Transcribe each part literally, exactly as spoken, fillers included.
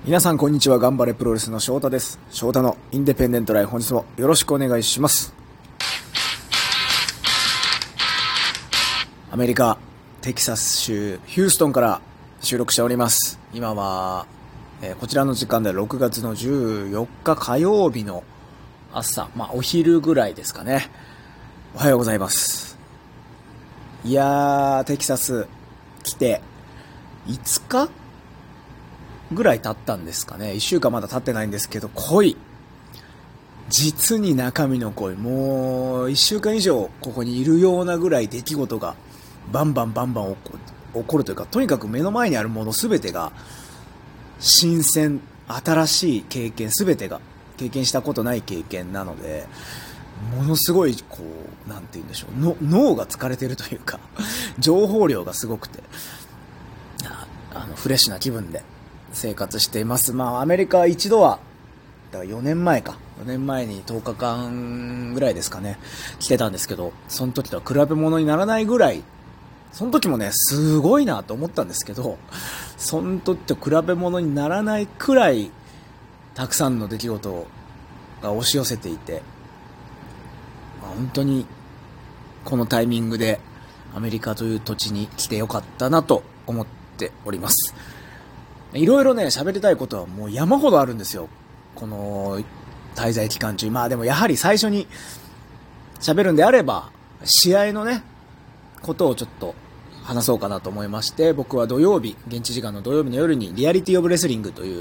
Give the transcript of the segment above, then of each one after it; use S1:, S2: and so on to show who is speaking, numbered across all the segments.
S1: 皆さんこんにちは。頑張れプロレスの翔太です。翔太のインデペンデントライフ、本日もよろしくお願いします。アメリカテキサス州ヒューストンから収録しております。今は、えー、こちらの時間でろくがつのじゅうよっか火曜日の朝、まあお昼ぐらいですかね。おはようございます。いやー、テキサス来ていつかぐらい経ったんですかね。いっしゅうかんまだ経ってないんですけど、濃い。実に中身の濃い。もういっしゅうかん以上ここにいるようなぐらい出来事がバンバンバンバン起こる、起こるというか、とにかく目の前にあるものすべてが新鮮、新しい経験、すべてが経験したことない経験なので、ものすごいこう、なんて言うんでしょう、の脳が疲れてるというか、情報量がすごくて、ああのフレッシュな気分で生活しています。まあアメリカ一度はだからよねんまえかよねんまえにとおかかんぐらいですかね来てたんですけど、その時とは比べ物にならないぐらい、その時もねすごいなと思ったんですけど、その時と比べ物にならないくらいたくさんの出来事が押し寄せていて、まあ、本当にこのタイミングでアメリカという土地に来てよかったなと思っております。いろいろね喋りたいことはもう山ほどあるんですよ、この滞在期間中。まあでもやはり最初に喋るんであれば試合のねことをちょっと話そうかなと思いまして、僕は土曜日、現地時間の土曜日の夜にリアリティオブレスリングという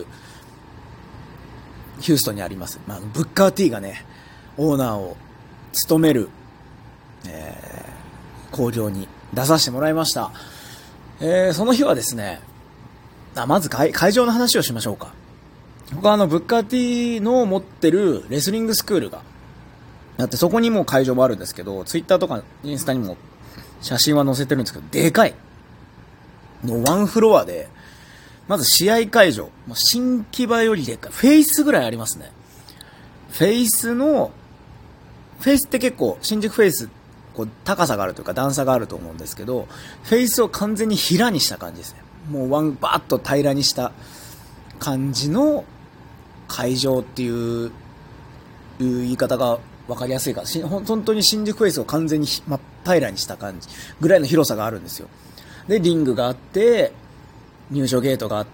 S1: ヒューストンにあります、まあ、ブッカー T がねオーナーを務める、えー、興行に出させてもらいました。えー、その日はですね、あまず 会, 会場の話をしましょうか。僕はあのブッカー T の持ってるレスリングスクールがだって、そこにもう会場もあるんですけど、ツイッターとかインスタにも写真は載せてるんですけど、でかいのワンフロアで、まず試合会場、新木場よりでかい、フェイスぐらいありますね。フェイスのフェイスって結構新宿フェイスこう高さがあるというか段差があると思うんですけど、フェイスを完全に平にした感じですね。もうワンバーッと平らにした感じの会場っていう言い方が分かりやすいか、本当に新宿フェイスを完全に真っ平らにした感じぐらいの広さがあるんですよ。でリングがあって、入場ゲートがあって、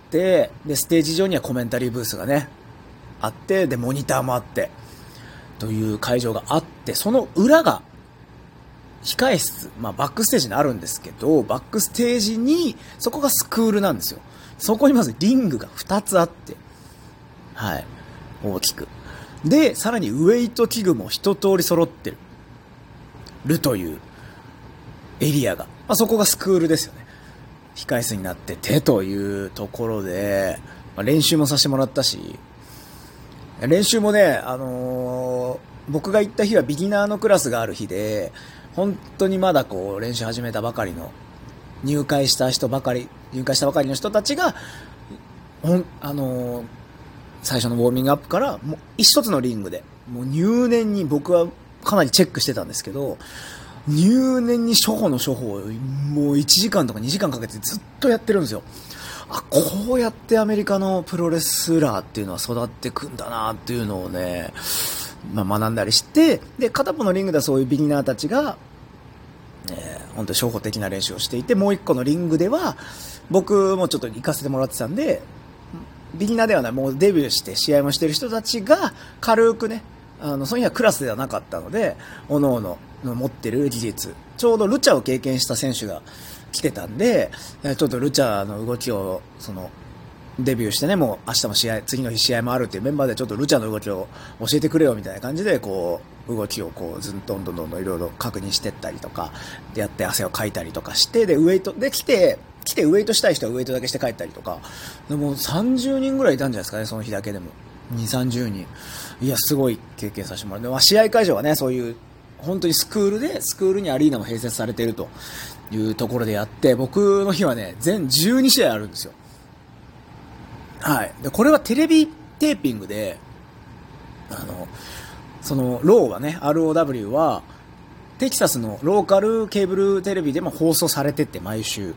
S1: でステージ上にはコメンタリーブースがねあって、でモニターもあってという会場があって、その裏が控え室、まあバックステージにあるんですけど、バックステージにそこがスクールなんですよ。そこにまずリングがふたつあって、はい、大きくで、さらにウェイト器具も一通り揃ってるるというエリアが、まあ、そこがスクールですよね。控え室になっててというところで、まあ、練習もさせてもらったし、練習もね、あのー、僕が行った日はビギナーのクラスがある日で、本当にまだこう練習始めたばかりの入会した人ばかり入会したばかりの人たちが、ほんあのー、最初のウォーミングアップからもう一つのリングでもう入念に、僕はかなりチェックしてたんですけど、入念に初歩の初歩をもういちじかんとかにじかんかけてずっとやってるんですよ。あ、こうやってアメリカのプロレスラーっていうのは育ってくんだなっていうのをね、まあ、学んだりして、で片方のリングではそういうビギナーたちが、えー、本当に初歩的な練習をしていて、もう一個のリングでは僕もちょっと行かせてもらってたんで、ビギナーではない、もうデビューして試合もしてる人たちが軽くね、あのその日はクラスではなかったので、各々の持ってる技術、ちょうどルチャを経験した選手が来てたんで、ちょっとルチャの動きをそのデビューしてね、もう明日も試合、次の日試合もあるっていうメンバーでちょっとルチャの動きを教えてくれよみたいな感じで、こう動きをこうずんどんどんどんどんいろいろ確認してったりとかでやって、汗をかいたりとかして、でウェイトで来て来てウェイトしたい人はウェイトだけして帰ったりとか、でもさんじゅうにんぐらいいたんじゃないですかね、その日だけでもにじゅう、さんじゅうにん。いやすごい経験させてもらって、まあ、試合会場はね、そういう本当にスクールで、スクールにアリーナも併設されているというところでやって、僕の日はね全じゅうに試合あるんですよ。はい。でこれはテレビテーピングで、あのそのローはね アールオーダブリュー はテキサスのローカルケーブルテレビでも放送されてて、毎週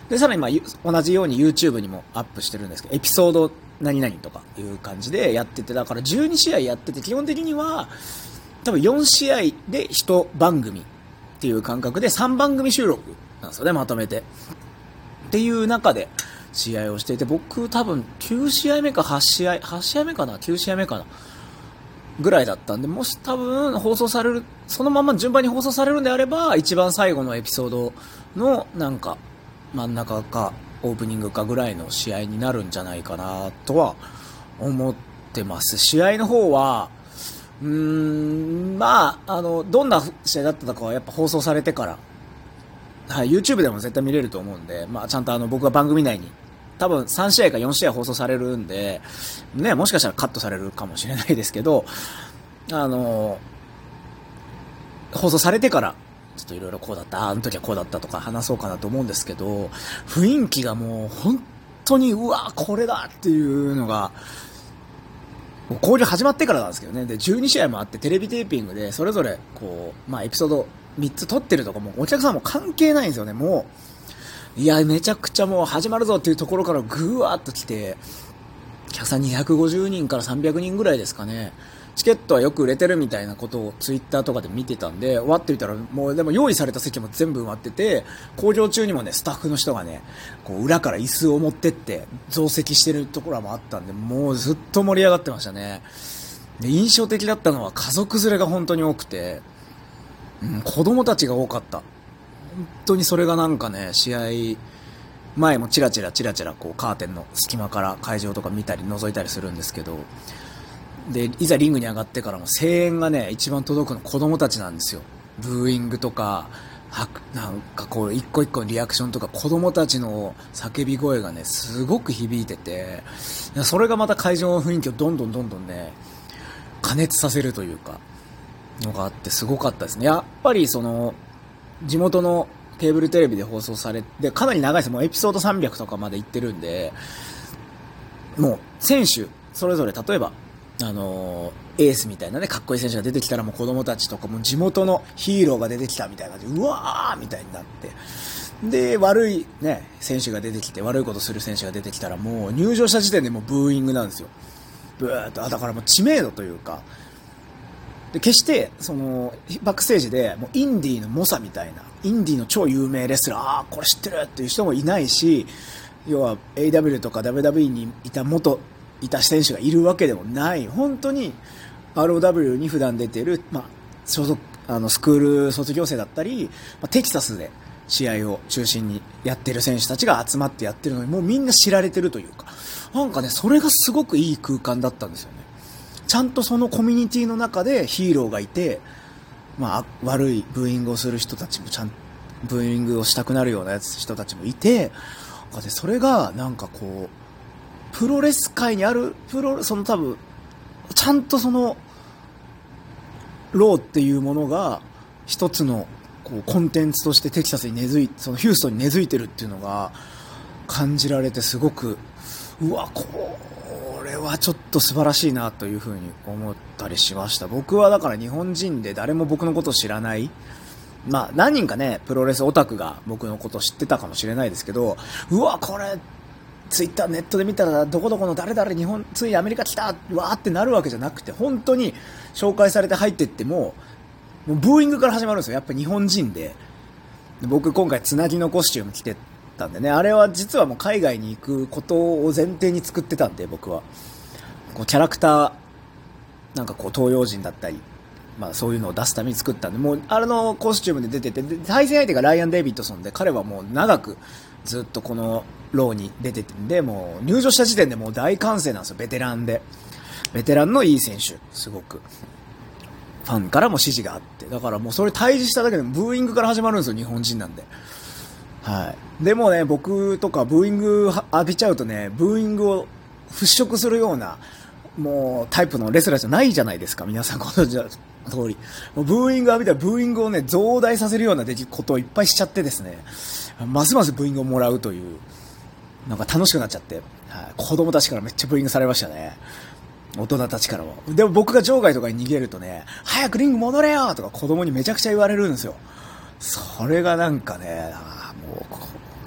S1: で、さらにまあ、同じように YouTube にもアップしてるんですけど、エピソード何々とかいう感じでやってて、だからじゅうにしあいやってて、基本的には、多分よんしあいでいちばんぐみっていう感覚でさんばんぐみ収録なんですよね、まとめて。っていう中で試合をしていて、僕多分きゅうしあいめかはちしあい、はちしあいめかな ?きゅうしあいめかなぐらいだったんで、もし多分放送される、そのまま順番に放送されるんであれば、一番最後のエピソードのなんか真ん中かオープニングかぐらいの試合になるんじゃないかなとは思ってます。試合の方は、うーん、まあ、あの、どんな試合だったかはやっぱ放送されてから、はい、YouTube でも絶対見れると思うんで、まあ、ちゃんとあの、僕が番組内に、多分さんしあいかよんしあい放送されるんで、ね、もしかしたらカットされるかもしれないですけど、あの、放送されてから、ちょっといろいろこうだった、あの時はこうだったとか話そうかなと思うんですけど、雰囲気がもう本当に、うわ、これだっていうのが、交流始まってからなんですけどね。で、じゅうにしあいもあってテレビテーピングで、それぞれ、こう、まあエピソードみっつ撮ってるとかも、お客さんも関係ないんですよね、もう。いや、めちゃくちゃもう始まるぞっていうところからぐわーっと来て、お客さんにひゃくごじゅうにんからさんびゃくにんぐらいですかね。チケットはよく売れてるみたいなことをツイッターとかで見てたんで、終わってみたらもうでも用意された席も全部埋まってて、興行中にもね、スタッフの人がね、こう裏から椅子を持ってって増席してるところもあったんで、もうずっと盛り上がってましたね。で、印象的だったのは家族連れが本当に多くて、うん、子供たちが多かった。本当にそれがなんかね、試合前もチラチラチラチラこうカーテンの隙間から会場とか見たり覗いたりするんですけど、で、いざリングに上がってからも声援がね、一番届くの子供たちなんですよ。ブーイングとか、はなんかこう、一個一個のリアクションとか、子供たちの叫び声がね、すごく響いてて、それがまた会場の雰囲気をどんどんどんどんね、加熱させるというか、のがあってすごかったですね。やっぱりその、地元のケーブルテレビで放送されて、かなり長いです。もうエピソードさんびゃくとかまで行ってるんで、もう選手、それぞれ例えば、あのー、エースみたいなね、かっこいい選手が出てきたらもう子供たちとかも地元のヒーローが出てきたみたいな感じで、うわーみたいになって。で、悪いね、選手が出てきて、悪いことする選手が出てきたらもう入場した時点でもうブーイングなんですよ。ブーっと、だからもう知名度というか、で、決して、その、バックステージで、もうインディーの猛者みたいな、インディーの超有名レスラー、あー、これ知ってるっていう人もいないし、要は エーダブリュー とか ダブリューダブリューイー にいた元、いた選手がいるわけでもない、本当に アールオーダブリュー に普段出てる、まあ、所属、あの、スクール卒業生だったり、まあ、テキサスで試合を中心にやってる選手たちが集まってやってるのに、もうみんな知られてるというか、なんかね、それがすごくいい空間だったんですよね。ちゃんとそのコミュニティの中でヒーローがいて、まあ、悪いブーイングをする人たちもちゃんと、ブーイングをしたくなるようなやつ人たちもいて、それがなんかこう、プロレス界にある、プロ、その多分、ちゃんとその、ローっていうものが、一つの、こう、コンテンツとしてテキサスに根付い、そのヒューストンに根付いてるっていうのが、感じられてすごく、うわ、これはちょっと素晴らしいなというふうに思ったりしました。僕はだから日本人で誰も僕のことを知らない、まあ何人かね、プロレスオタクが僕のことを知ってたかもしれないですけど、うわ、これ、ツイッターネットで見たらどこどこの誰々日本ついにアメリカ来たわーってなるわけじゃなくて、本当に紹介されて入ってってももうブーイングから始まるんですよ。やっぱ日本人で、僕今回つなぎのコスチューム着てたんでね、あれは実はもう海外に行くことを前提に作ってたんで、僕はこうキャラクターなんかこう東洋人だったり、まあそういうのを出すために作ったんで、もうあれのコスチュームで出てて、で対戦相手がライアン・デイビッドソンで、彼はもう長くずっとこのローに出ててんで、もう入場した時点でもう大歓声なんですよ。ベテランで、ベテランのいい選手、すごくファンからも支持があって、だからもうそれ対峙しただけでもブーイングから始まるんですよ、日本人なんで。はい。でもね、僕とかブーイング浴びちゃうとね、ブーイングを払拭するようなもうタイプのレスラーじゃないじゃないですか、皆さんご存知の通り。もうブーイング浴びたらブーイングをね、増大させるような出来事をいっぱいしちゃってですね、ますますブーイングをもらうという、なんか楽しくなっちゃって、はい、子供たちからめっちゃブーイングされましたね。大人たちからも。でも僕が場外とかに逃げるとね、早くリング戻れよとか子供にめちゃくちゃ言われるんですよ。それがなんかね、あもう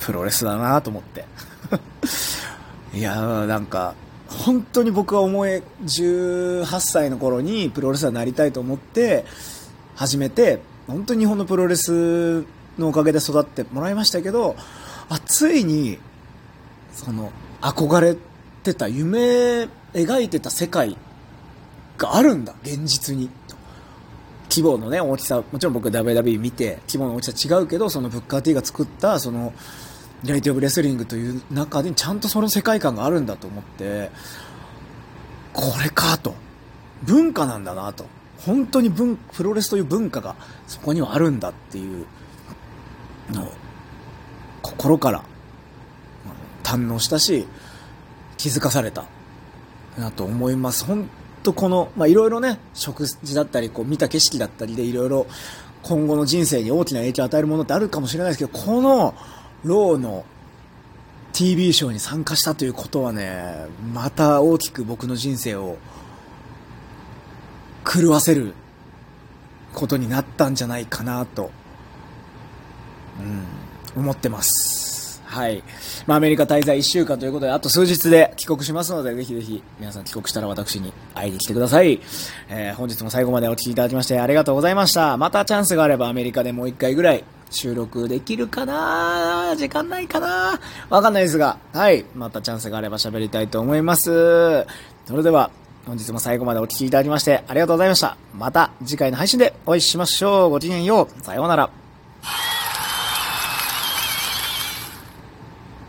S1: プロレスだなと思って。いやー、なんか、本当に僕は思え、じゅうはっさいの頃にプロレスラーになりたいと思って、始めて、本当に日本のプロレスのおかげで育ってもらいましたけど、あ、ついに、その、憧れてた、夢描いてた世界があるんだ、現実に。規模のね、大きさ、もちろん僕 ダブリューダブリューイー 見て、規模の大きさ違うけど、そのブッカー T が作った、その、リアリティオブレスリングという中で、ちゃんとその世界観があるんだと思って、これかと。文化なんだなと。本当に文、プロレスという文化がそこにはあるんだっていうのを、心から堪能したし、気づかされたなと思います。本当この、まあいろいろね、食事だったり、こう見た景色だったりでいろいろ今後の人生に大きな影響を与えるものってあるかもしれないですけど、このローの ティービー ショーに参加したということはね、また大きく僕の人生を狂わせることになったんじゃないかなと、うん、思ってます。はい。まあ、アメリカ滞在いっしゅうかんということで、あと数日で帰国しますので、ぜひぜひ皆さん帰国したら私に会いに来てください。えー、本日も最後までお聞きいただきましてありがとうございました。またチャンスがあればアメリカでもう一回ぐらい収録できるかな、時間ないかな、わかんないですが、はい。またチャンスがあれば喋りたいと思います。それでは、本日も最後までお聞きいただきましてありがとうございました。また次回の配信でお会いしましょう。ごきげんよう。さようなら。